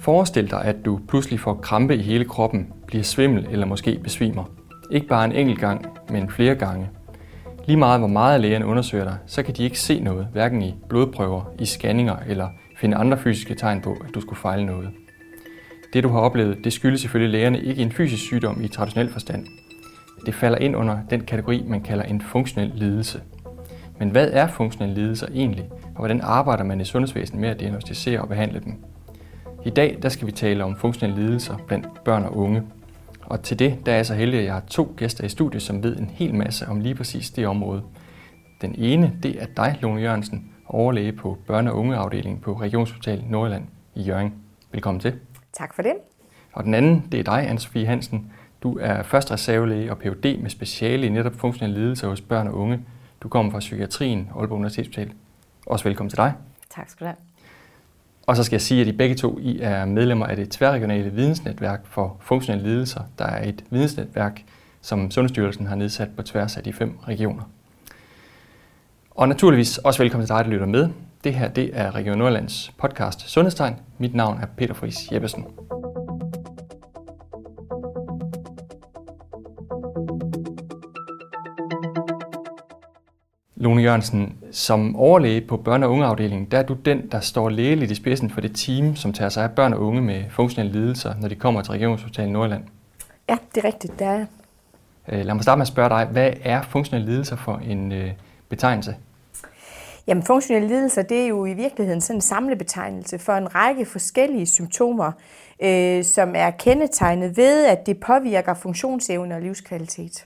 Forestil dig, at du pludselig får krampe i hele kroppen, bliver svimmel eller måske besvimer. Ikke bare en enkelt gang, men flere gange. Lige meget hvor meget lægerne undersøger dig, så kan de ikke se noget, hverken i blodprøver, i scanninger eller finde andre fysiske tegn på, at du skulle fejle noget. Det du har oplevet, det skyldes selvfølgelig lægerne ikke en fysisk sygdom i traditionel forstand. Det falder ind under den kategori, man kalder en funktionel lidelse. Men hvad er funktionelle lidelser egentlig, og hvordan arbejder man i sundhedsvæsenet med at diagnosticere og behandle dem? I dag der skal vi tale om funktionelle lidelser blandt børn og unge. Og til det der er jeg så heldig, at jeg har 2 gæster i studiet, som ved en hel masse om lige præcis det område. Den ene, det er dig, Lone Jørgensen, overlæge på børne- og ungeafdelingen på Regionshospital Nordjylland i Hjørring. Velkommen til. Tak for det. Og den anden, det er dig, Anne-Sophie Hansen. Du er første reservelæge og Ph.D. med speciale i netop funktionelle lidelser hos børn og unge. Du kommer fra psykiatrien, Aalborg Universitetshospital. Også velkommen til dig. Tak skal du have. Og så skal jeg sige, at I begge to I er medlemmer af det tværregionale vidensnetværk for funktionelle lidelser. Der er et vidensnetværk, som Sundhedsstyrelsen har nedsat på tværs af de 5 regioner. Og naturligvis også velkommen til dig, der lytter med. Det her det er Region Nordjyllands podcast Sundhedstegn. Mit navn er Peter Friis Jeppesen. Lone Jørgensen, som overlæge på børne- og ungeafdelingen, der er du den, der står lægeligt i spidsen for det team, som tager sig af børn og unge med funktionelle lidelser, når de kommer til Regionshospital Nordjylland. Ja, det er rigtigt, det er. Lad mig starte med at spørge dig, hvad er funktionelle lidelser for en betegnelse? Jamen, funktionelle lidelser, det er jo i virkeligheden sådan en samlebetegnelse for en række forskellige symptomer, som er kendetegnet ved, at det påvirker funktionsevne og livskvalitet.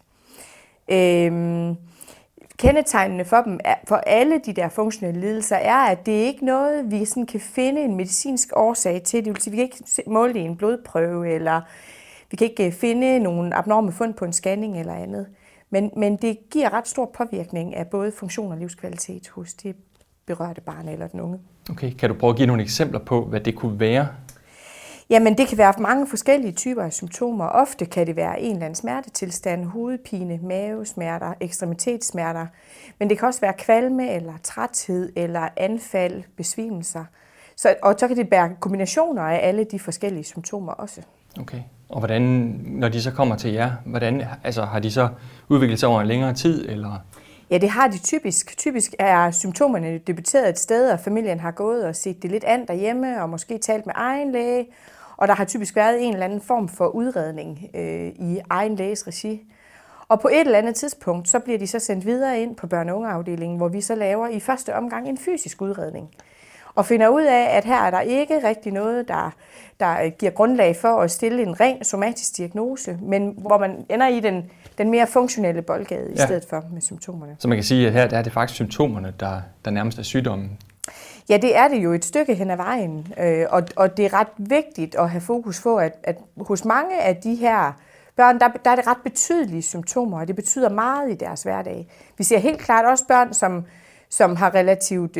Kendetegnene for dem, for alle de der funktionelle lidelser, er, at det ikke er noget, vi sådan kan finde en medicinsk årsag til. Det vil sige, vi kan ikke måle det i en blodprøve, eller vi kan ikke finde nogle abnorme fund på en scanning eller andet. Men det giver ret stor påvirkning af både funktion og livskvalitet hos det berørte barn eller den unge. Okay, kan du prøve at give nogle eksempler på, hvad det kunne være? Jamen, det kan være mange forskellige typer af symptomer. Ofte kan det være en eller anden smertetilstand, hovedpine, mavesmerter, ekstremitetssmerter. Men det kan også være kvalme eller træthed eller anfald, besvimelser. Og så kan det være kombinationer af alle de forskellige symptomer også. Okay. Og hvordan, når de så kommer til jer, har de så udviklet sig over en længere tid? Eller? Ja, det har de typisk. Typisk er symptomerne debuteret et sted, og familien har gået og set det lidt an derhjemme, og måske talt med egen læge. Og der har typisk været en eller anden form for udredning i egen læges regi. Og på et eller andet tidspunkt, så bliver de så sendt videre ind på børne- og ungeafdelingen, hvor vi så laver i første omgang en fysisk udredning. Og finder ud af, at her er der ikke rigtig noget, der giver grundlag for at stille en ren somatisk diagnose, men hvor man ender i den mere funktionelle boldgade i stedet for med symptomerne. Så man kan sige, at her der er det faktisk symptomerne, der nærmest er sygdommen? Ja, det er det jo et stykke hen ad vejen, og det er ret vigtigt at have fokus på, at hos mange af de her børn, der er det ret betydelige symptomer, og det betyder meget i deres hverdag. Vi ser helt klart også børn, som har relativt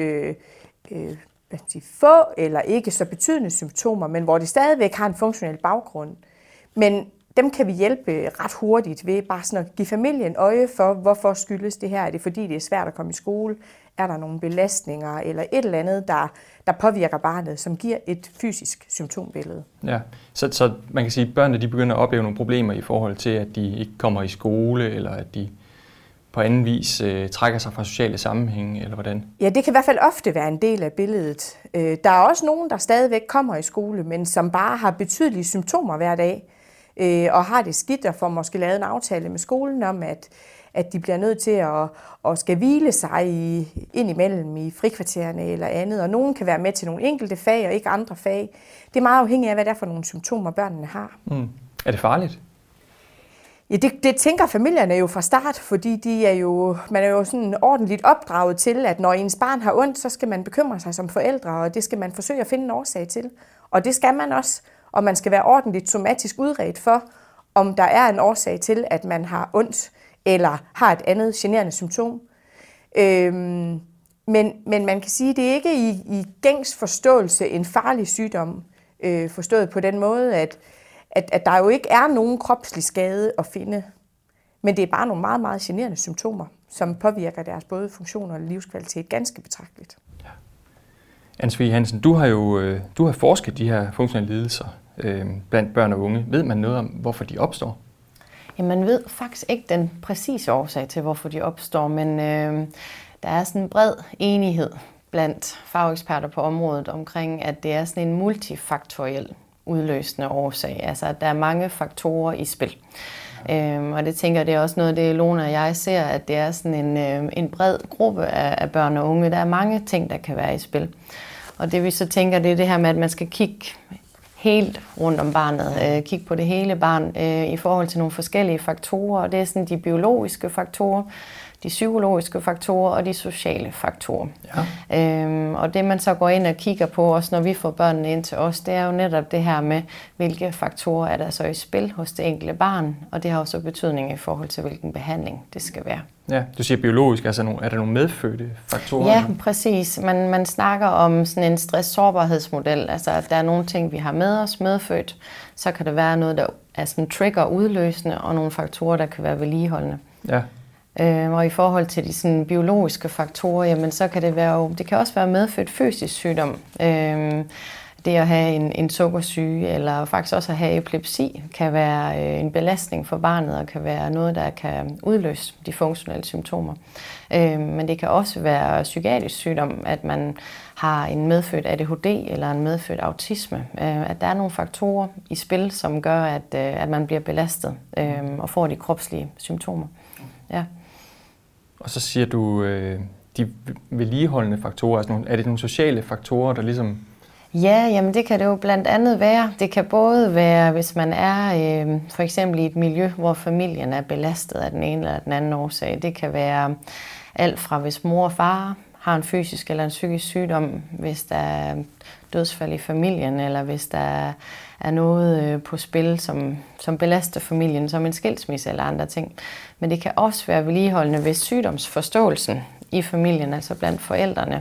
få eller ikke så betydende symptomer, men hvor de stadigvæk har en funktionel baggrund. Men dem kan vi hjælpe ret hurtigt ved bare sådan at give familien øje for, hvorfor skyldes det her. Er det fordi, det er svært at komme i skole? Er der nogle belastninger eller et eller andet, der påvirker barnet, som giver et fysisk symptombillede? Ja, så man kan sige, at børnene de begynder at opleve nogle problemer i forhold til, at de ikke kommer i skole, eller at de på anden vis trækker sig fra sociale sammenhænge, eller hvordan? Ja, det kan i hvert fald ofte være en del af billedet. Der er også nogen, der stadigvæk kommer i skole, men som bare har betydelige symptomer hver dag, og har det skidt og får måske lavet en aftale med skolen om, at de bliver nødt til at skal hvile sig indimellem i frikvartererne eller andet, og nogen kan være med til nogle enkelte fag og ikke andre fag. Det er meget afhængigt af, hvad det er for nogle symptomer, børnene har. Er det farligt? Ja, det tænker familierne jo fra start, fordi man er jo sådan ordentligt opdraget til, at når ens barn har ondt, så skal man bekymre sig som forældre, og det skal man forsøge at finde en årsag til. Og det skal man også, og man skal være ordentligt somatisk udredt for, om der er en årsag til, at man har ondt, eller har et andet generende symptom. Men man kan sige, at det ikke er i gængs forståelse en farlig sygdom, forstået på den måde, at der jo ikke er nogen kropslig skade at finde. Men det er bare nogle meget, meget generende symptomer, som påvirker deres både funktion og livskvalitet ganske betragteligt. Anne-Sophie Hansen, du har forsket de her funktionelle lidelser blandt børn og unge. Ved man noget om, hvorfor de opstår? Ja, man ved faktisk ikke den præcise årsag til, hvorfor de opstår, men der er sådan en bred enighed blandt fageksperter på området omkring, at det er sådan en multifaktoriel udløsende årsag. Altså, at der er mange faktorer i spil. Og det tænker jeg, det er også noget, det Lone og jeg ser, at det er sådan en bred gruppe af børn og unge. Der er mange ting, der kan være i spil. Og det vi så tænker, det er det her med, at man skal kigge helt rundt om barnet, kigge på det hele barn i forhold til nogle forskellige faktorer. Og det er sådan de biologiske faktorer, de psykologiske faktorer og de sociale faktorer. Ja. Og det man så går ind og kigger på, også når vi får børnene ind til os, det er jo netop det her med, hvilke faktorer er der så i spil hos det enkelte barn, og det har også betydning i forhold til, hvilken behandling det skal være. Ja, du siger biologisk, altså er der nogle medfødte faktorer? Ja, præcis. Man snakker om sådan en stress-sårbarhedsmodel, altså at der er nogle ting, vi har med os medfødt, så kan det være noget, der er sådan trigger udløsende, og nogle faktorer, der kan være vedligeholdende. Ja. Og i forhold til de sådan biologiske faktorer, jamen så kan det kan også være medfødt fysisk sygdom. Det at have en sukkersyge eller faktisk også at have epilepsi kan være en belastning for barnet og kan være noget, der kan udløse de funktionelle symptomer. Men det kan også være psykiatrisk sygdom, at man har en medfødt ADHD eller en medfødt autisme. At der er nogle faktorer i spil, som gør, at man bliver belastet og får de kropslige symptomer. Ja. Og så siger du, de vedligeholdende faktorer, altså er det nogle sociale faktorer, der ligesom... Ja, jamen det kan det jo blandt andet være. Det kan både være, hvis man er for eksempel i et miljø, hvor familien er belastet af den ene eller den anden årsag. Det kan være alt fra, hvis mor og far har en fysisk eller en psykisk sygdom, hvis der er dødsfald i familien, eller hvis der er noget på spil, som belaster familien, som en skilsmisse eller andre ting. Men det kan også være vedligeholdende, hvis sygdomsforståelsen i familien, altså blandt forældrene,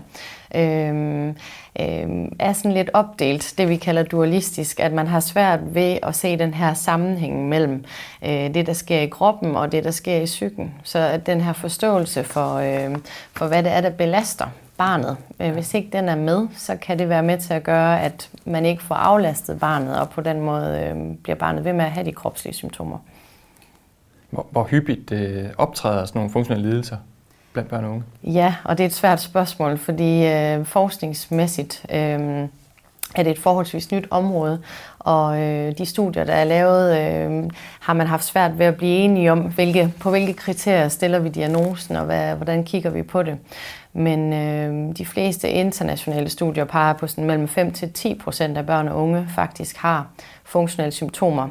er sådan lidt opdelt, det vi kalder dualistisk, at man har svært ved at se den her sammenhæng mellem det, der sker i kroppen og det, der sker i psyken. Så at den her forståelse for hvad det er, der belaster barnet, hvis ikke den er med, så kan det være med til at gøre, at man ikke får aflastet barnet, og på den måde bliver barnet ved med at have de kropslige symptomer. Hvor hyppigt optræder sådan nogle funktionelle lidelser blandt børn og unge? Ja, og det er et svært spørgsmål, fordi forskningsmæssigt er det et forholdsvis nyt område, og de studier, der er lavet, har man haft svært ved at blive enige om, på hvilke kriterier stiller vi diagnosen, og hvordan kigger vi på det. Men de fleste internationale studier peger på sådan mellem 5-10% af børn og unge faktisk har funktionelle symptomer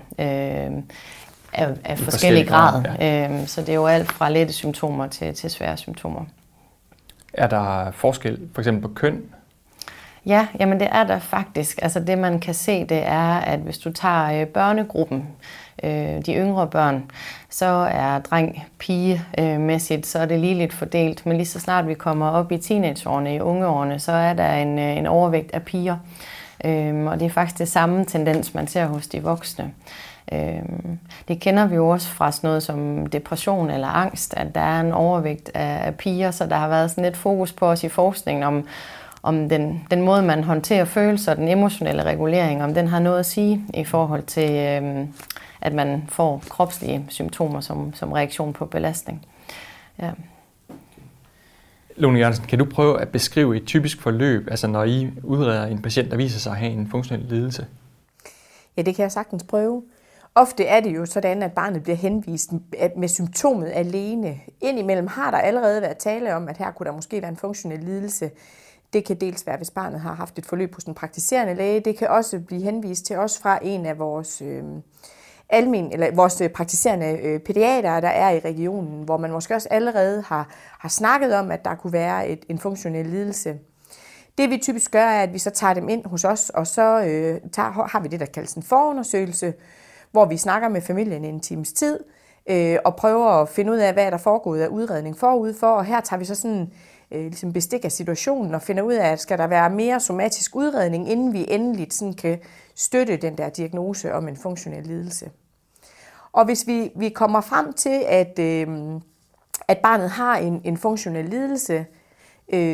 af forskellige grad. Ja. Så det er jo alt fra lette symptomer til svære symptomer. Er der forskel for eksempel på køn? Ja, jamen det er der faktisk. Altså det man kan se, det er, at hvis du tager børnegruppen, de yngre børn, så er dreng-pige-mæssigt, så er det lige lidt fordelt. Men lige så snart vi kommer op i teenageårene, i ungeårene, så er der en overvægt af piger. Og det er faktisk det samme tendens, man ser hos de voksne. Det kender vi jo også fra sådan noget som depression eller angst, at der er en overvægt af piger, så der har været sådan lidt fokus på os i forskningen om den måde, man håndterer følelser, den emotionelle regulering, om den har noget at sige i forhold til, at man får kropslige symptomer som reaktion på belastning. Ja. Lone Jørgensen, kan du prøve at beskrive et typisk forløb, altså når I udreder en patient, der viser sig at have en funktionel lidelse? Ja, det kan jeg sagtens prøve. Ofte er det jo sådan, at barnet bliver henvist med symptomet alene. Indimellem har der allerede været tale om, at her kunne der måske være en funktionel lidelse. Det kan dels være, hvis barnet har haft et forløb hos en praktiserende læge. Det kan også blive henvist til os fra en af vores vores praktiserende pædiater, der er i regionen, hvor man måske også allerede har snakket om, at der kunne være en lidelse. Det vi typisk gør, er, at vi så tager dem ind hos os, og så har vi det, der kaldes en forundersøgelse, hvor vi snakker med familien en times tid, og prøver at finde ud af, hvad der er foregået af udredning forud for, og her tager vi så sådan ligesom bestik af situationen og finder ud af, at skal der være mere somatisk udredning, inden vi endeligt sådan kan støtte den der diagnose om en funktionel lidelse. Og hvis vi kommer frem til, at barnet har en funktionel lidelse,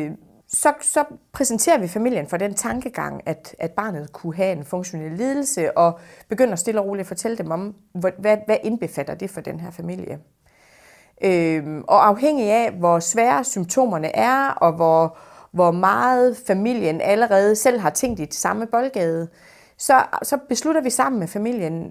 så præsenterer vi familien for den tankegang, at barnet kunne have en funktionel lidelse, og begynder stille og roligt at fortælle dem om, hvad indbefatter det for den her familie. Og afhængig af, hvor svære symptomerne er, og hvor meget familien allerede selv har tænkt i det samme boldgade, så beslutter vi sammen med familien,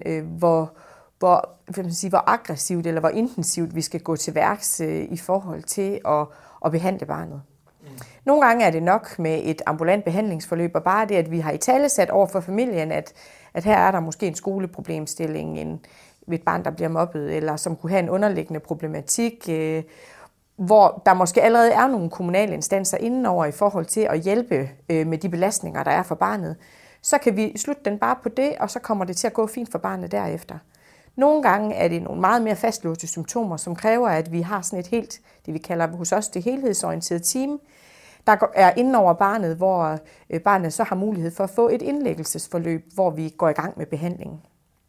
hvor aggressivt eller hvor intensivt vi skal gå til værks i forhold til at behandle barnet. Nogle gange er det nok med et ambulant behandlingsforløb, og bare det, at vi har italesat over for familien, at her er der måske en skoleproblemstilling, et barn, der bliver mobbet, eller som kunne have en underliggende problematik, hvor der måske allerede er nogle kommunale instanser indenover i forhold til at hjælpe med de belastninger, der er for barnet, så kan vi slutte den bare på det, og så kommer det til at gå fint for barnet derefter. Nogle gange er det nogle meget mere fastlåste symptomer, som kræver, at vi har sådan et helt, det vi kalder hos os det helhedsorienterede team, der er inde over barnet, hvor barnet så har mulighed for at få et indlæggelsesforløb, hvor vi går i gang med behandlingen.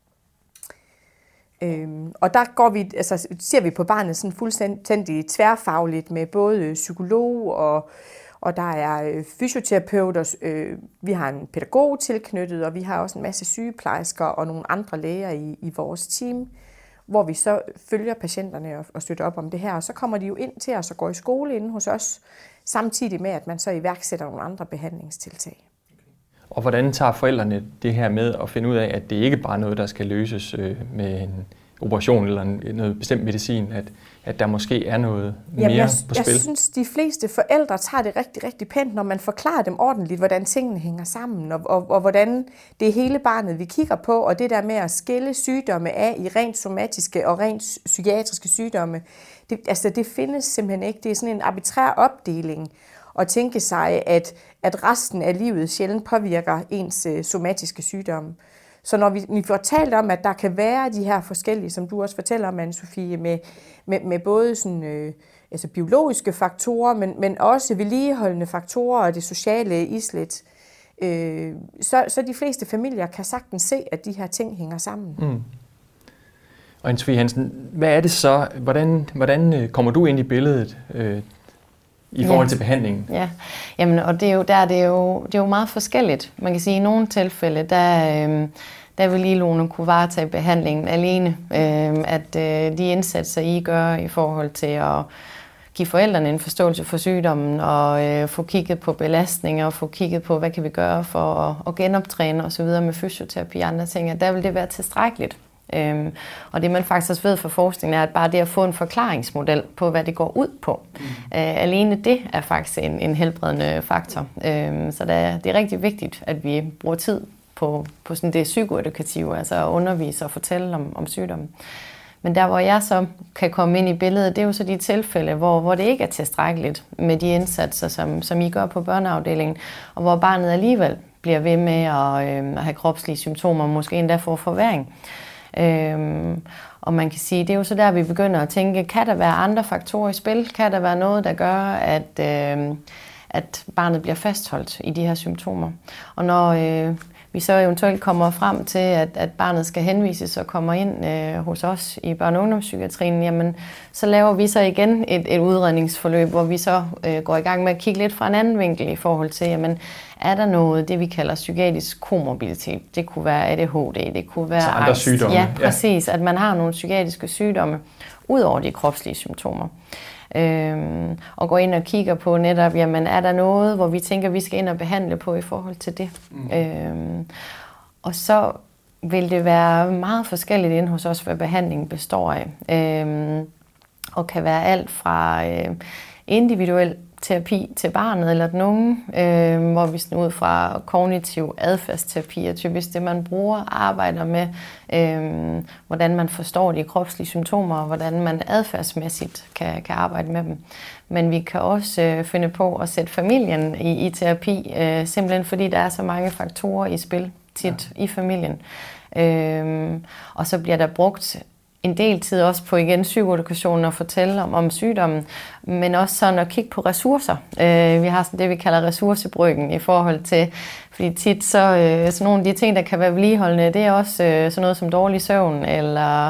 Og der ser vi på barnet sådan fuldstændig tværfagligt med både psykolog og der er fysioterapeuter, vi har en pædagog tilknyttet, og vi har også en masse sygeplejersker og nogle andre læger i vores team, hvor vi så følger patienterne og støtter op om det her. Og så kommer de jo ind til os og går i skole inde hos os, samtidig med, at man så iværksætter nogle andre behandlingstiltag. Og hvordan tager forældrene det her med at finde ud af, at det ikke bare er noget, der skal løses med en operation eller noget bestemt medicin, at der måske er noget mere på spil? Jeg synes, de fleste forældre tager det rigtig, rigtig pænt, når man forklarer dem ordentligt, hvordan tingene hænger sammen, og hvordan det er hele barnet, vi kigger på, og det der med at skille sygdomme af i rent somatiske og rent psykiatriske sygdomme, det findes simpelthen ikke. Det er sådan en arbitrær opdeling at tænke sig, at resten af livet sjældent påvirker ens somatiske sygdomme. Så når vi får talt om, at der kan være de her forskellige, som du også fortæller om, Anne-Sophie, med både sådan, biologiske faktorer, men også vedligeholdende faktorer og det sociale islet, så de fleste familier kan sagtens se, at de her ting hænger sammen. Mm. Og Anne-Sophie Hansen, hvad er det så? Hvordan kommer du ind i billedet i forhold til behandlingen? Ja, jamen, og det er jo meget forskelligt. Man kan sige, at i nogle tilfælde, der vil ILO'ene kunne varetage behandlingen alene. At de indsatser, I gør i forhold til at give forældrene en forståelse for sygdommen, og få kigget på belastninger, og få kigget på, hvad kan vi gøre for at genoptræne osv. med fysioterapi og andre ting, at der vil det være tilstrækkeligt. Og det man faktisk også ved fra forskningen er, at bare det at få en forklaringsmodel på, hvad det går ud på, alene det er faktisk en helbredende faktor. Så det er rigtig vigtigt, at vi bruger tid på sådan det psykoedukative, altså at undervise og fortælle om sygdommen. Men der, hvor jeg så kan komme ind i billedet, det er jo så de tilfælde, hvor det ikke er tilstrækkeligt med de indsatser, som I gør på børneafdelingen, og hvor barnet alligevel bliver ved med at have kropslige symptomer, måske endda får forværing. Og man kan sige, det er jo så der, vi begynder at tænke, kan der være andre faktorer i spil? Kan der være noget, der gør, at barnet bliver fastholdt i de her symptomer? Og når vi så eventuelt kommer frem til, at barnet skal henvises og kommer ind hos os i børne- og ungdomspsykiatrien, jamen, så laver vi så igen et udredningsforløb, hvor vi så går i gang med at kigge lidt fra en anden vinkel i forhold til, jamen, er der noget, det vi kalder psykiatrisk komorbiditet? Det kunne være ADHD, det kunne være andre angst. sygdomme. Ja, præcis. At man har nogle psykiatriske sygdomme, ud over de kropslige symptomer. Og går ind og kigger på netop, jamen er der noget, hvor vi tænker, vi skal ind og behandle på i forhold til det. Og så vil det være meget forskelligt inde hos os, hvad behandlingen består af. Og kan være alt fra individuel terapi til barnet eller den unge, hvor vi sådan ud fra kognitiv adfærdsterapi er typisk det, man bruger, arbejder med, hvordan man forstår de kropslige symptomer, og hvordan man adfærdsmæssigt kan arbejde med dem. Men vi kan også finde på at sætte familien i terapi, simpelthen fordi der er så mange faktorer i spil tit i familien. Og så bliver der brugt en del tid også på igen psykoedukationen og fortælle om sygdommen, men også sådan at kigge på ressourcer. Vi har sådan det, vi kalder ressourcebryggen i forhold til, fordi tit så nogle af de ting, der kan være vedligeholdende, det er også sådan noget som dårlig søvn eller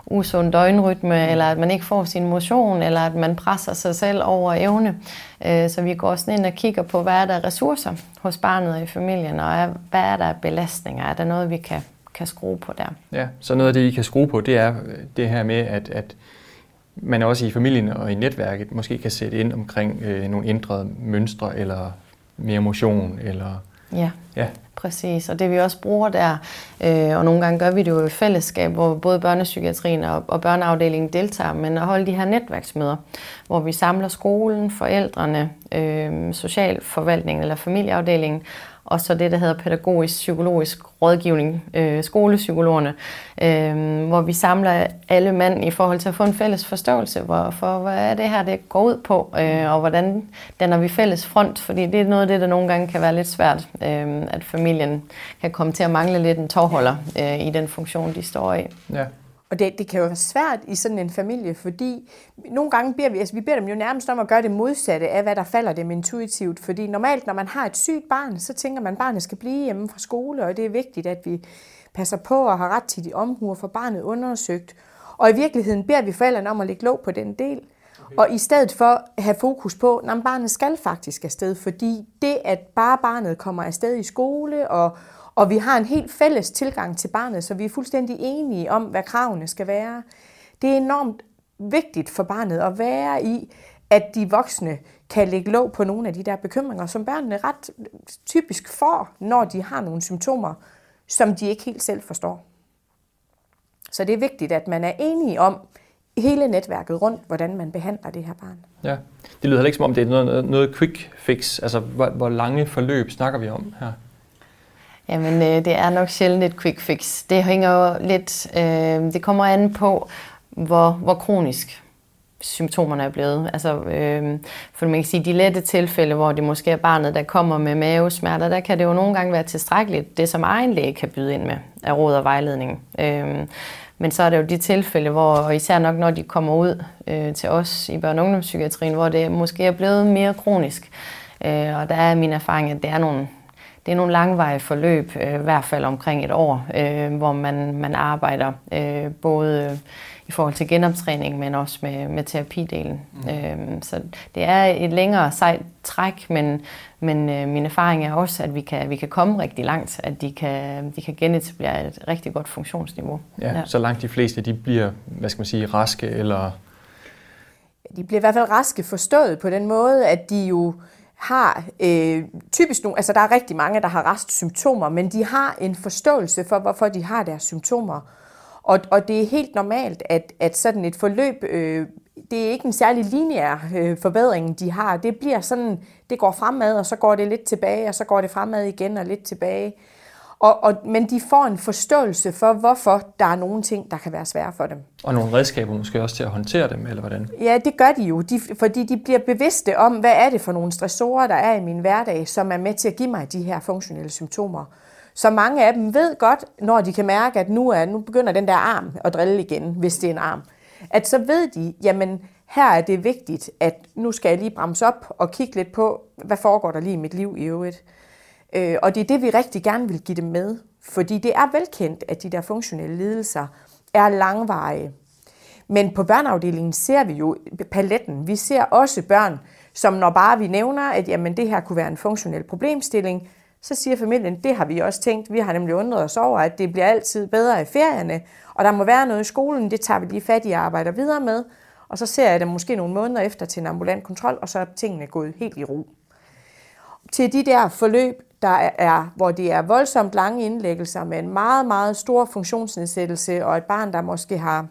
usund døgnrytme, eller at man ikke får sin motion, eller at man presser sig selv over evne. Så vi går sådan ind og kigger på, hvad er der ressourcer hos barnet og i familien, og hvad er der belastninger? Er der noget, vi kan skrue på der? Ja, så noget af det, I kan skrue på, det er det her med, at man også i familien og i netværket måske kan sætte ind omkring nogle ændrede mønstre, eller mere motion, eller... Ja, præcis. Og det vi også bruger der, og nogle gange gør vi det jo i fællesskab, hvor både børnepsykiatrien og børneafdelingen deltager, men at holde de her netværksmøder, hvor vi samler skolen, forældrene, socialforvaltningen eller familieafdelingen, og så det, der hedder pædagogisk-psykologisk rådgivning, skolepsykologerne, hvor vi samler alle mand i forhold til at få en fælles forståelse for, hvad er det her, det går ud på, og hvordan danner vi fælles front, fordi det er noget af det, der nogle gange kan være lidt svært, at familien kan komme til at mangle lidt en tovholder i den funktion, de står i. Ja. Og det kan jo være svært i sådan en familie, fordi nogle gange beder vi beder dem jo nærmest om at gøre det modsatte af, hvad der falder dem intuitivt. Fordi normalt, når man har et sygt barn, så tænker man, at barnet skal blive hjemme fra skole, og det er vigtigt, at vi passer på og har ret til de omhu for barnet undersøgt. Og i virkeligheden beder vi forældrene om at lægge låg på den del. Okay. Og i stedet for at have fokus på, at barnet skal faktisk afsted, fordi det, at bare barnet kommer afsted i skole, og vi har en helt fælles tilgang til barnet, så vi er fuldstændig enige om, hvad kravene skal være. Det er enormt vigtigt for barnet at være i, at de voksne kan lægge låg på nogle af de der bekymringer, som børnene ret typisk får, når de har nogle symptomer, som de ikke helt selv forstår. Så det er vigtigt, at man er enige om hele netværket rundt, hvordan man behandler det her barn. Ja, det lyder heller ikke som om, det er noget quick fix. Altså, hvor lange forløb snakker vi om her? Jamen, det er nok sjældent et quick fix. Det hænger jo lidt, det kommer an på, hvor kronisk symptomerne er blevet. Altså, for man kan sige, de lette tilfælde, hvor det måske er barnet, der kommer med mavesmerter, der kan det jo nogle gange være tilstrækkeligt, det som egen læge kan byde ind med af råd og vejledning. Men så er det jo de tilfælde, hvor, og især nok når de kommer ud til os i børne- og ungdomspsykiatrien, hvor det måske er blevet mere kronisk. Og der er min erfaring, at det er nogle langvarige forløb, i hvert fald omkring et år, hvor man arbejder både i forhold til genoptræning, men også med terapidelen. Så det er et længere sejt træk, men min erfaring er også, at vi kan komme rigtig langt, at de kan genetablere et rigtig godt funktionsniveau. Ja. Så langt de fleste, de bliver, raske eller... De bliver i hvert fald raske forstået på den måde, at de jo har typisk nogle, altså der er rigtig mange, der har restsymptomer, men de har en forståelse for, hvorfor de har deres symptomer. Og det er helt normalt, at sådan et forløb, det er ikke en særlig lineær forbedring, de har. Det bliver sådan, det går fremad, og så går det lidt tilbage, og så går det fremad igen og lidt tilbage. Men de får en forståelse for, hvorfor der er nogle ting, der kan være svære for dem. Og nogle redskaber måske også til at håndtere dem, eller hvordan? Ja, det gør de jo, fordi de bliver bevidste om, hvad er det for nogle stressorer, der er i min hverdag, som er med til at give mig de her funktionelle symptomer. Så mange af dem ved godt, når de kan mærke, at nu begynder den der arm at drille igen, hvis det er en arm. At så ved de, jamen her er det vigtigt, at nu skal jeg lige bremse op og kigge lidt på, hvad foregår der lige i mit liv i øvrigt. Og det er det, vi rigtig gerne vil give dem med. Fordi det er velkendt, at de der funktionelle lidelser er langvarige. Men på børneafdelingen ser vi jo paletten. Vi ser også børn, som når bare vi nævner, at jamen, det her kunne være en funktionel problemstilling, så siger familien, det har vi også tænkt. Vi har nemlig undret os over, at det bliver altid bedre i ferierne, og der må være noget i skolen, det tager vi lige fat i og arbejder videre med. Og så ser jeg det måske nogle måneder efter til en ambulant kontrol, og så er tingene gået helt i ro. Til de der forløb, hvor det er voldsomt lange indlæggelser med en meget, meget stor funktionsnedsættelse, og et barn, der måske har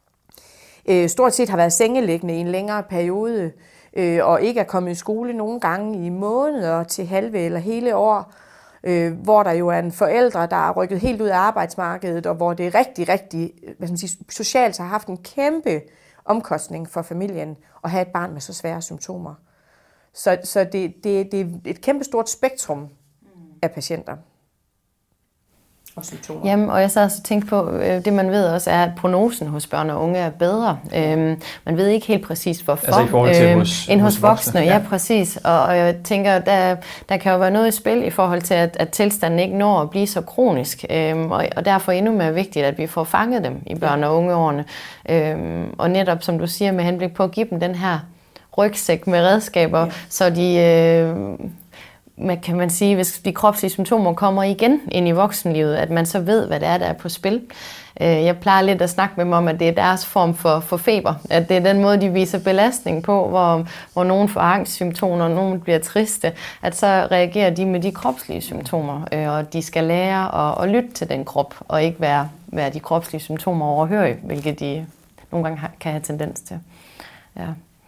stort set har været sengeliggende i en længere periode, og ikke er kommet i skole nogle gange i måneder til halve eller hele år, hvor der jo er en forældre, der er rykket helt ud af arbejdsmarkedet, og hvor det er rigtig, rigtig socialt har haft en kæmpe omkostning for familien at have et barn med så svære symptomer. Så det er et kæmpe stort spektrum af patienter. og symptomer? Jamen, og jeg så også tænkte på, det man ved også er, at prognosen hos børn og unge er bedre. Man ved ikke helt præcis, hvorfor. Altså i forhold til end hos voksne. Ja, præcis. Og jeg tænker, der kan jo være noget i spil i forhold til, at tilstanden ikke når at blive så kronisk. Og derfor endnu mere vigtigt, at vi får fanget dem i børn- og ungeårene. Og netop, som du siger, med henblik på at give dem den her rygsæk med redskaber, så de... kan man sige, hvis de kropslige symptomer kommer igen ind i voksenlivet, at man så ved, hvad det er, der er på spil. Jeg plejer lidt at snakke med dem om, at det er deres form for feber. At det er den måde, de viser belastning på, hvor nogen får angstsymptomer, og nogen bliver triste. At så reagerer de med de kropslige symptomer, og de skal lære at lytte til den krop, og ikke være de kropslige symptomer overhørige, hvilket de nogle gange kan have tendens til. Ja.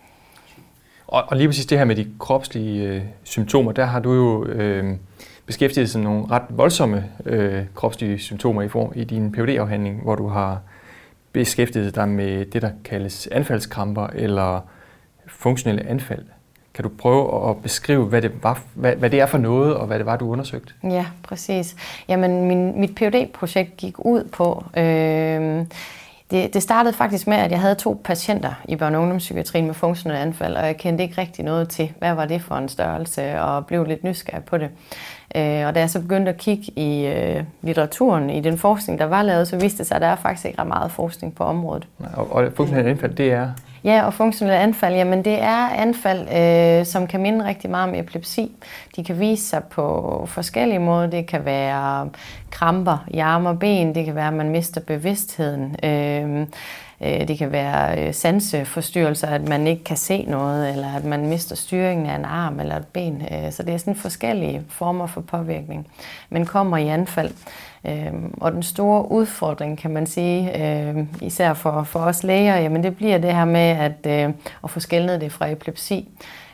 Og lige præcis det her med de kropslige symptomer, der har du jo beskæftiget sig med nogle ret voldsomme kropslige symptomer i din PhD-afhandling, hvor du har beskæftiget dig med det, der kaldes anfaldskramper eller funktionelle anfald. Kan du prøve at beskrive, hvad det er for noget, og hvad det var, du undersøgte? Ja, præcis. Jamen, mit PhD-projekt gik ud på... Det startede faktisk med, at jeg havde 2 patienter i børne- og ungdomspsykiatrien med funktionelle anfald, og jeg kendte ikke rigtig noget til, hvad var det for en størrelse, og blev lidt nysgerrig på det. Og da jeg så begyndte at kigge i litteraturen, i den forskning, der var lavet, så viste det sig, at der er faktisk ikke ret meget forskning på området. Og funktionelle anfald, det er? Ja, og funktionelle anfald, jamen det er anfald, som kan minde rigtig meget om epilepsi. De kan vise sig på forskellige måder. Det kan være kramper i arme og ben, det kan være, at man mister bevidstheden. Det kan være sanseforstyrrelser, at man ikke kan se noget, eller at man mister styringen af en arm eller et ben. Så det er sådan forskellige former for påvirkning, men kommer i anfald. Og den store udfordring, kan man sige, især for os læger, jamen det bliver det her med at få skelnet det fra epilepsi.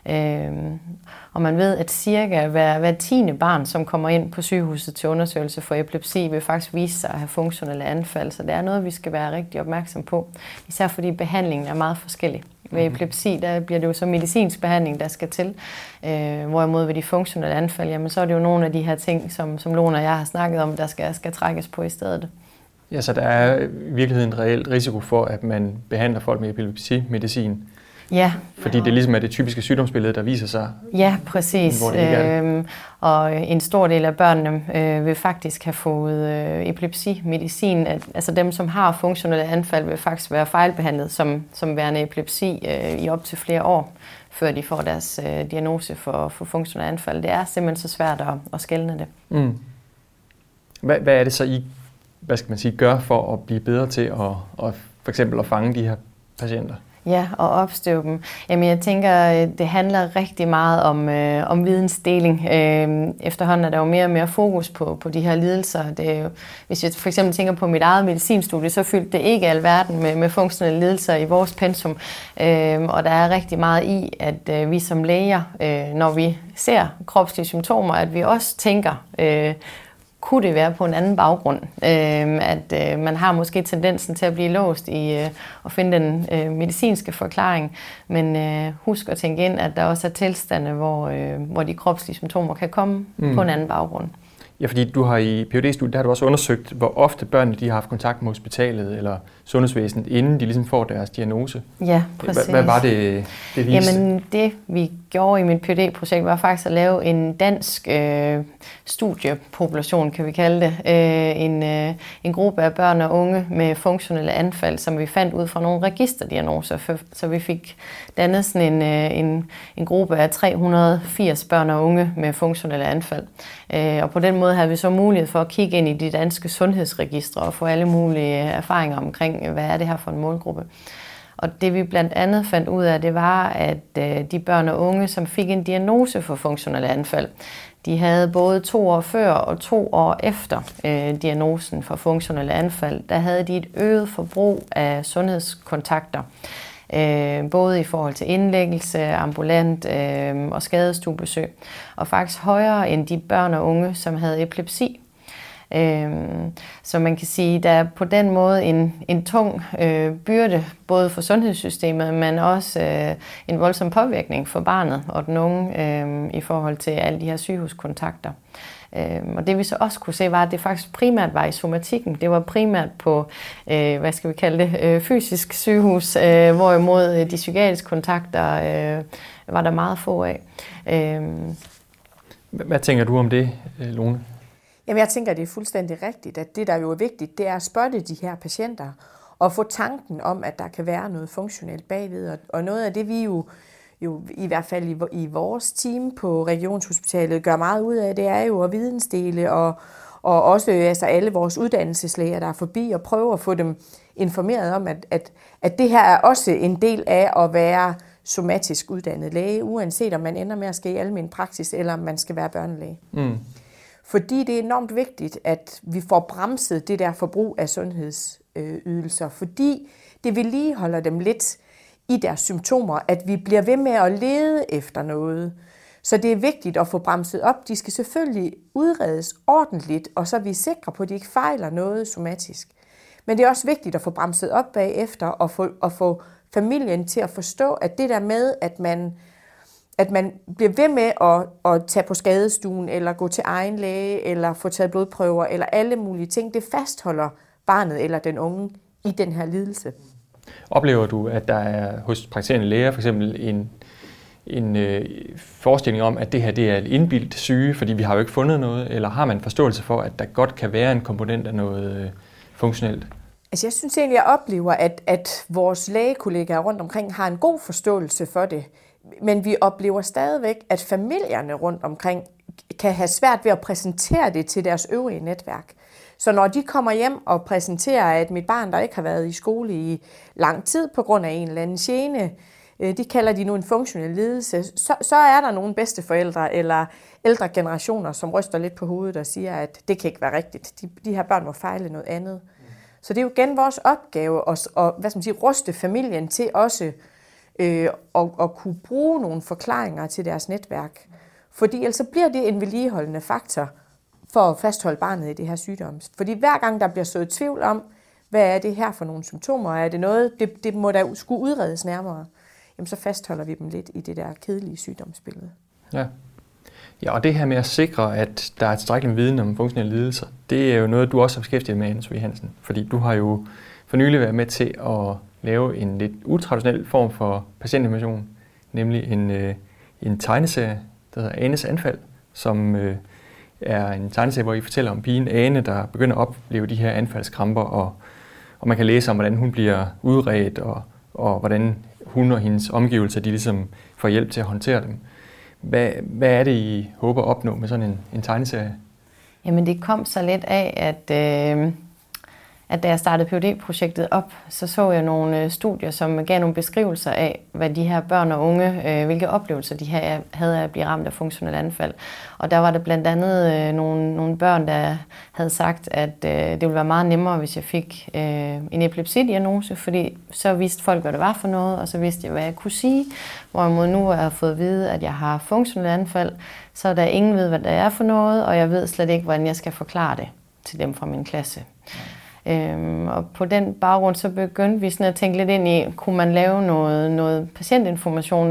Og man ved, at cirka hver 10. barn, som kommer ind på sygehuset til undersøgelse for epilepsi, vil faktisk vise sig at have funktionelle anfald. Så det er noget, vi skal være rigtig opmærksom på. Især fordi behandlingen er meget forskellig. Ved epilepsi, der bliver det jo så medicinsk behandling, der skal til. Hvorimod ved de funktionelle anfald, jamen så er det jo nogle af de her ting, som Lone og jeg har snakket om, der skal trækkes på i stedet. Ja, så der er i virkeligheden en reel risiko for, at man behandler folk med epilepsimedicin. Ja. Fordi det ligesom er det typiske sygdomsbillede, der viser sig. Ja, præcis. Hvor det ikke er det. Og en stor del af børnene vil faktisk have fået epilepsimedicin. Altså dem, som har funktionelle anfald, vil faktisk være fejlbehandlet som værende epilepsi i op til flere år, før de får deres diagnose for funktionelle anfald. Det er simpelthen så svært at skelne det. Mm. Hvad er det så, I gør for at blive bedre til at for eksempel at fange de her patienter? Ja, og opstøve dem. Jamen, jeg tænker, det handler rigtig meget om vidensdeling. Efterhånden er der jo mere og mere fokus på de her lidelser. Det er jo, hvis jeg for eksempel tænker på mit eget medicinstudie, så fyldte det ikke alverden med funktionelle lidelser i vores pensum. Og der er rigtig meget i, at vi som læger, når vi ser kropslige symptomer, at vi også tænker, kunne det være på en anden baggrund, at man har måske tendensen til at blive låst i at finde den medicinske forklaring, men husk at tænke ind, at der også er tilstande, hvor de kropslige symptomer kan komme på en anden baggrund. Ja, fordi du har i PhD-studiet, der har du også undersøgt, hvor ofte børnene de har haft kontakt med hospitalet eller sundhedsvæsenet, inden de ligesom får deres diagnose. Ja, præcis. Hvad var det viste? Jamen, det vi gjorde i mit PhD-projekt var faktisk at lave en dansk studiepopulation, kan vi kalde det. En gruppe af børn og unge med funktionelle anfald, som vi fandt ud fra nogle registerdiagnoser. Så vi fik dannet sådan en gruppe af 380 børn og unge med funktionelle anfald. Og på den måde havde vi så mulighed for at kigge ind i de danske sundhedsregistre og få alle mulige erfaringer omkring, hvad er det her for en målgruppe. Og det vi blandt andet fandt ud af, det var, at de børn og unge, som fik en diagnose for funktionelle anfald, de havde både 2 år før og 2 år efter diagnosen for funktionelle anfald, der havde de et øget forbrug af sundhedskontakter. Både i forhold til indlæggelse, ambulant og skadestuebesøg, og faktisk højere end de børn og unge, som havde epilepsi. Så man kan sige, der er på den måde en tung byrde, både for sundhedssystemet, men også en voldsom påvirkning for barnet og den unge i forhold til alle de her sygehuskontakter. Og det vi så også kunne se, var, at det faktisk primært var i somatikken. Det var primært på, fysisk sygehus, hvorimod de psykiatriske kontakter var der meget få af. Hvad tænker du om det, Lone? Jamen, jeg tænker, det er fuldstændig rigtigt, at det, der jo er vigtigt, det er at spotte de her patienter og få tanken om, at der kan være noget funktionelt bagved. Og noget af det, vi jo i hvert fald i vores team på Regionshospitalet gør meget ud af, det er jo at vidensdele og også altså alle vores uddannelseslæger, der er forbi, og prøve at få dem informeret om, at det her er også en del af at være somatisk uddannet læge, uanset om man ender med at ske i almen praksis, eller om man skal være børnelæge. Mm. Fordi det er enormt vigtigt, at vi får bremset det der forbrug af sundhedsydelser, fordi det vedligeholder dem lidt i deres symptomer, at vi bliver ved med at lede efter noget. Så det er vigtigt at få bremset op. De skal selvfølgelig udredes ordentligt, og så er vi sikre på, at de ikke fejler noget somatisk. Men det er også vigtigt at få bremset op bagefter, og få familien til at forstå, at det der med, at man bliver ved med at tage på skadestuen, eller gå til egen læge, eller få taget blodprøver, eller alle mulige ting, det fastholder barnet eller den unge i den her lidelse. Oplever du, at der er hos praktiserende læger for eksempel en forestilling om, at det her det er et indbildt syge, fordi vi har jo ikke fundet noget, eller har man forståelse for, at der godt kan være en komponent af noget funktionelt? Altså jeg synes egentlig, jeg oplever, at vores lægekollegaer rundt omkring har en god forståelse for det, men vi oplever stadigvæk, at familierne rundt omkring kan have svært ved at præsentere det til deres øvrige netværk. Så når de kommer hjem og præsenterer, at mit barn, der ikke har været i skole i lang tid på grund af en eller anden gene, de kalder de nu en funktionel lidelse, så er der nogle bedsteforældre eller ældre generationer, som ryster lidt på hovedet og siger, at det kan ikke være rigtigt. De her børn må fejle noget andet. Så det er jo igen vores opgave at ruste familien til også at kunne bruge nogle forklaringer til deres netværk. Fordi ellers bliver det en vedligeholdende faktor for at fastholde barnet i det her sygdom. Fordi hver gang der bliver sået tvivl om, hvad er det her for nogle symptomer, er det noget, det må da skulle udredes nærmere, jamen så fastholder vi dem lidt i det der kedelige sygdomsbillede. Ja, og det her med at sikre, at der er tilstrækkelig viden om funktionelle lidelser, det er jo noget, du også har beskæftiget med, Anne Sofie Hansen. Fordi du har jo for nylig været med til at lave en lidt utraditionel form for patientinformation, nemlig en tegneserie, der hedder Anes Anfald, som er en tegneserie, hvor I fortæller om pigen Ane, der begynder at opleve de her anfaldskramper, og man kan læse om, hvordan hun bliver udredt, og hvordan hun og hendes omgivelser, de ligesom får hjælp til at håndtere dem. Hvad er det, I håber at opnå med sådan en tegneserie? Jamen det kom så lidt af, at da jeg startede PhD-projektet op, så jeg nogle studier, som gav nogle beskrivelser af, hvad de her børn og unge, hvilke oplevelser de havde af at blive ramt af funktionel anfald. Og der var der blandt andet nogle børn, der havde sagt, at det ville være meget nemmere, hvis jeg fik en epilepsidiagnose, fordi så vidste folk, hvad det var for noget, og så vidste jeg, hvad jeg kunne sige. Hvorimod nu har jeg fået at vide, at jeg har funktionel anfald, så der ingen ved, hvad det er for noget, og jeg ved slet ikke, hvordan jeg skal forklare det til dem fra min klasse. Og på den baggrund så begyndte vi sådan at tænke lidt ind i, kunne man lave noget patientinformation,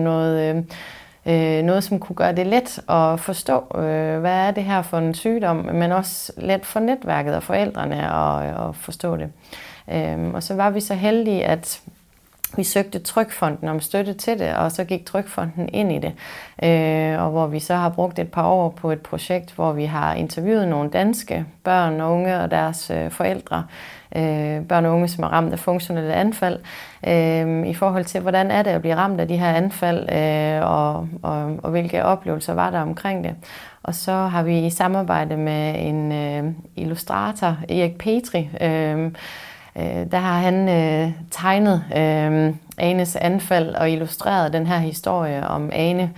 noget som kunne gøre det let at forstå, hvad er det her for en sygdom, men også let for netværket og forældrene at forstå det. Og så var vi så heldige, at vi søgte Trygfonden om støtte til det, og så gik Trygfonden ind i det. Og hvor vi så har brugt et par år på et projekt, hvor vi har interviewet nogle danske børn og unge og deres forældre, børn og unge, som er ramt af funktionelle anfald, i forhold til, hvordan er det at blive ramt af de her anfald, og hvilke oplevelser var der omkring det. Og så har vi i samarbejde med en illustrator, Erik Petri, der har han tegnet Anes anfald og illustreret den her historie om Ane.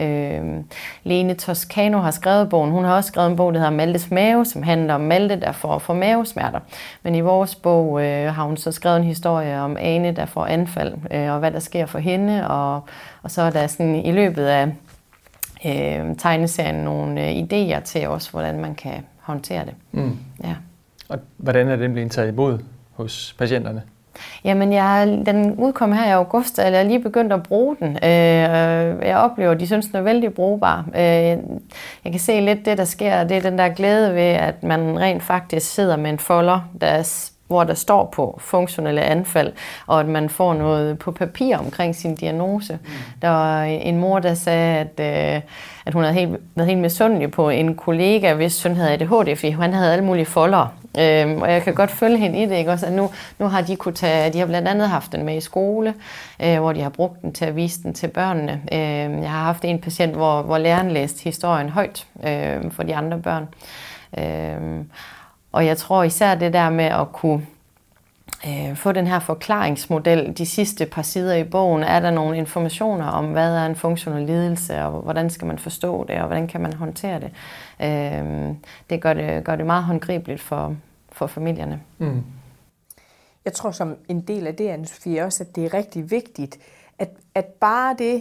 Lene Toscano har skrevet bogen. Hun har også skrevet en bog, der hedder Maltes mave, som handler om Malte, der får mavesmerter. Men i vores bog har hun så skrevet en historie om Ane, der får anfald, og hvad der sker for hende. Og så er der sådan i løbet af tegneserien nogle idéer til os, hvordan man kan håndtere det. Ja. Og hvordan er den blevet taget imod hos patienterne? Jamen, den udkom her i august, og jeg er lige begyndt at bruge den. Jeg oplever, at de synes, den er vældig brugbar. Jeg kan se lidt det, der sker, det er den der glæde ved, at man rent faktisk sidder med en folder, hvor der står på funktionelle anfald, og at man får noget på papir omkring sin diagnose. Der var en mor, der sagde, at hun havde været helt misundelig på en kollega, hvis søn havde ADHD, fordi han havde alle mulige foldere. Og jeg kan godt følge hende i det, ikke? Også, at nu har de kunne tage, de har blandt andet haft den med i skole, hvor de har brugt den til at vise den til børnene. Jeg har haft en patient, hvor læreren læste historien højt for de andre børn. Og jeg tror især det der med at kunne få den her forklaringsmodel, de sidste par sider i bogen, er der nogle informationer om, hvad er en funktionel lidelse, og hvordan skal man forstå det, og hvordan kan man håndtere det. Det gør det meget håndgribeligt for familierne. Mm. Jeg tror som en del af det, Anne-Sophie, også, at det er rigtig vigtigt, at bare det,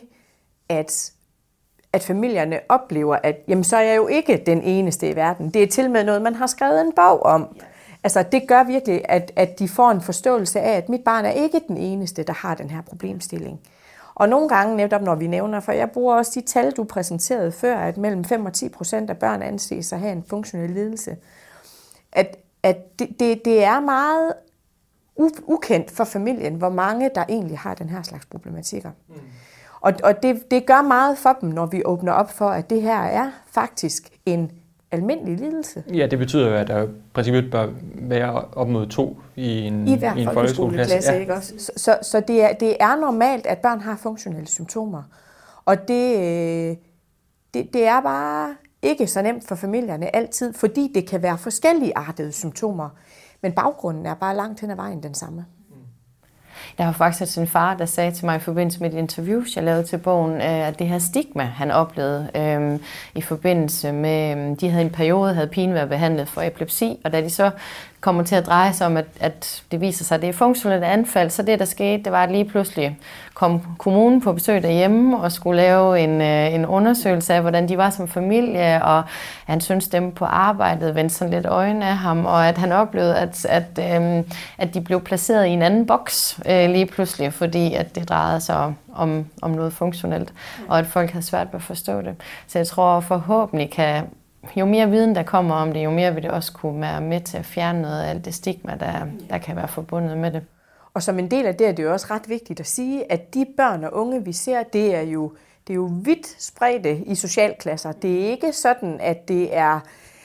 at familierne oplever, at jamen, så er jeg jo ikke den eneste i verden. Det er til med noget, man har skrevet en bog om. Ja. Altså, det gør virkelig, at de får en forståelse af, at mit barn er ikke den eneste, der har den her problemstilling. Og nogle gange, netop når vi nævner, for jeg bruger også de tal, du præsenterede før, at mellem 5 og 10% af børn anses at have en funktionel lidelse. At det er meget ukendt for familien, hvor mange der egentlig har den her slags problematikker. Mm. Og det gør meget for dem, når vi åbner op for, at det her er faktisk en almindelig lidelse. Ja, det betyder jo, at der i princippet bør være op mod 2 i en folkeskoleklasse. Ja. Ikke også? Så det er normalt, at børn har funktionelle symptomer. Og det er bare ikke så nemt for familierne altid, fordi det kan være forskellige artede symptomer. Men baggrunden er bare langt hen ad vejen den samme. Der var faktisk en far, der sagde til mig i forbindelse med et interview, jeg lavede til bogen, at det her stigma, han oplevede i forbindelse med, de havde en periode, havde pigen været behandlet for epilepsi, og da de så kommer til at dreje sig om, at det viser sig, at det er funktionelle anfald, så det, der skete, det var, at lige pludselig kom kommunen på besøg derhjemme og skulle lave en undersøgelse af, hvordan de var som familie, og han syntes dem på arbejdet vendte sådan lidt øjne af ham, og at han oplevede, at de blev placeret i en anden boks lige pludselig, fordi at det drejede sig om noget funktionelt, og at folk havde svært ved at forstå det. Så jeg tror forhåbentlig jo mere viden, der kommer om det, jo mere vil det også kunne være med til at fjerne noget af alt det stigma, der kan være forbundet med det. Og som en del af det er det jo også ret vigtigt at sige, at de børn og unge, vi ser, det er jo vidt spredte i socialklasser. Det er ikke sådan, at det er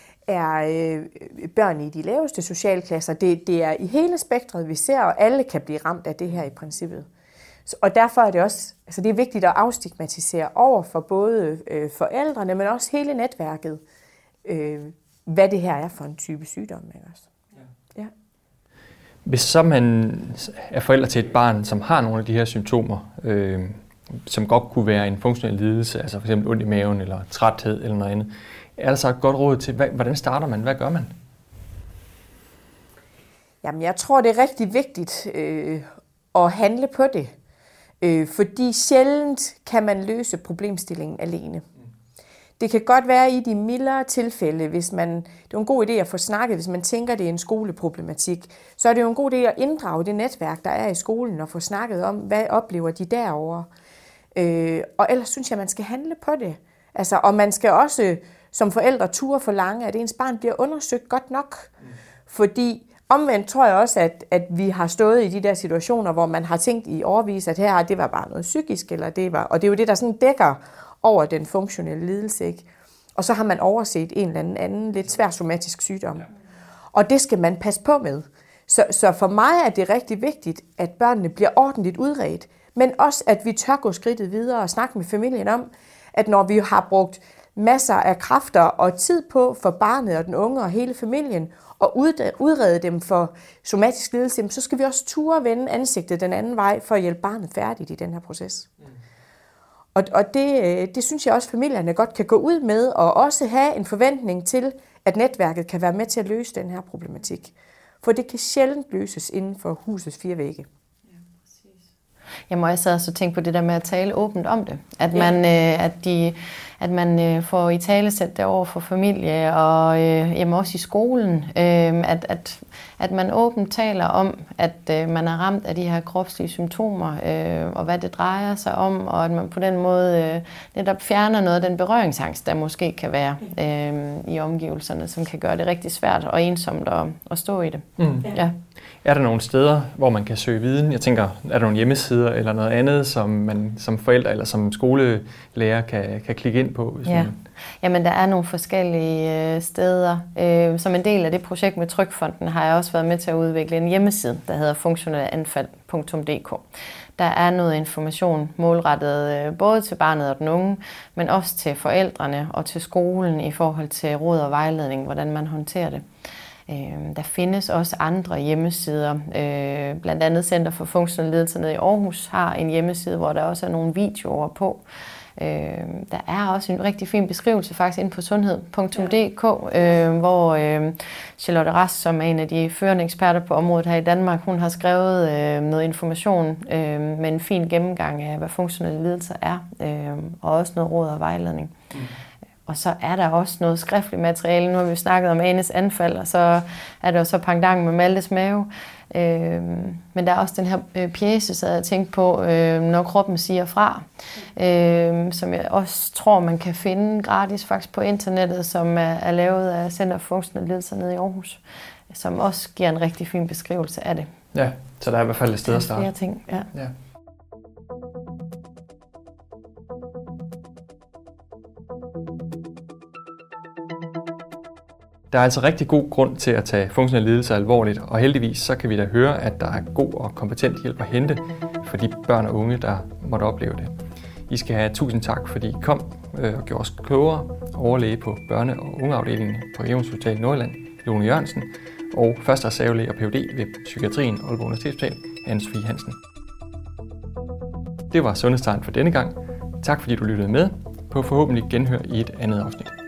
børn i de laveste socialklasser. Det er i hele spektret, vi ser, og alle kan blive ramt af det her i princippet. Og derfor er det også, altså det er vigtigt at afstigmatisere over for både forældrene, men også hele netværket, hvad det her er for en type sygdom. Ikke også? Ja. Hvis så man er forælder til et barn, som har nogle af de her symptomer, som godt kunne være en funktionel lidelse, altså f.eks. ondt i maven eller træthed eller noget andet, er der så et godt råd til, hvordan starter man? Hvad gør man? Jamen, jeg tror, det er rigtig vigtigt at handle på det. Fordi sjældent kan man løse problemstillingen alene. Det kan godt være i de mildere tilfælde, det er jo en god idé at få snakket, hvis man tænker, det er en skoleproblematik, så er det jo en god idé at inddrage det netværk, der er i skolen, og få snakket om, hvad oplever de derovre. Og ellers synes jeg, man skal handle på det. Altså, og man skal også som forældre turde forlange, at ens barn bliver undersøgt godt nok. Fordi omvendt tror jeg også, at vi har stået i de der situationer, hvor man har tænkt i årevis, at her det var bare noget psykisk, og det er jo det, der sådan dækker over den funktionelle lidelse, ikke? Og så har man overset en eller anden lidt svær somatisk sygdom. Ja. Og det skal man passe på med. Så for mig er det rigtig vigtigt, at børnene bliver ordentligt udredt, men også, at vi tør gå skridtet videre og snakke med familien om, at når vi har brugt masser af kræfter og tid på for barnet og den unge og hele familien, og udrede dem for somatisk lidelse, så skal vi også turde vende ansigtet den anden vej for at hjælpe barnet færdigt i den her proces. Og det synes jeg også, familierne godt kan gå ud med, og også have en forventning til, at netværket kan være med til at løse den her problematik. For det kan sjældent løses inden for husets 4 vægge. Jeg må også tænke på det der med at tale åbent om det. At at man får italesat det over for familie og også i skolen, at man åbent taler om, at man er ramt af de her kropslige symptomer, og hvad det drejer sig om, og at man på den måde netop fjerner noget af den berøringsangst, der måske kan være i omgivelserne, som kan gøre det rigtig svært og ensomt at stå i det. Ja. Er der nogle steder, hvor man kan søge viden? Jeg tænker, er der nogle hjemmesider eller noget andet, som man som forældre eller som skolelærer kan klikke ind på? Jamen, der er nogle forskellige steder. Som en del af det projekt med Trygfonden har jeg også været med til at udvikle en hjemmeside, der hedder funktionelanfald.dk. Der er noget information målrettet både til barnet og den unge, men også til forældrene og til skolen i forhold til råd og vejledning, hvordan man håndterer det. Der findes også andre hjemmesider. Blandt andet Center for Funktionelle Lidelser nede i Aarhus har en hjemmeside, hvor der også er nogle videoer på. Der er også en rigtig fin beskrivelse faktisk inde på sundhed.dk, hvor Charlotte Rast, som er en af de førende eksperter på området her i Danmark, hun har skrevet noget information med en fin gennemgang af, hvad funktionelle lidelser er, og også noget råd og vejledning. Og så er der også noget skriftligt materiale. Nu har vi snakket om Anes anfald, og så er der jo så pendant med Maltes mave. Men der er også den her pjece, så jeg tænkte på, når kroppen siger fra, som jeg også tror, man kan finde gratis faktisk på internettet, som er lavet af Center for Funktionelle Lidelser nede i Aarhus, som også giver en rigtig fin beskrivelse af det. Ja, så der er i hvert fald et sted at starte. Flere ting, ja. Der er altså rigtig god grund til at tage funktionelle lidelser alvorligt, og heldigvis så kan vi da høre, at der er god og kompetent hjælp at hente for de børn og unge, der måtte opleve det. I skal have tusind tak, fordi I kom og gjorde os klogere. Overlæge på børne- og ungeafdelingen på Regionshospitalet Nordjylland, Lone Jørgensen, og første reservelæge og Ph.D. ved Psykiatrien Aalborg Universitetshospital, Anne-Sophie Hansen. Det var Sundhedstegn for denne gang. Tak fordi du lyttede med. På forhåbentlig genhør i et andet afsnit.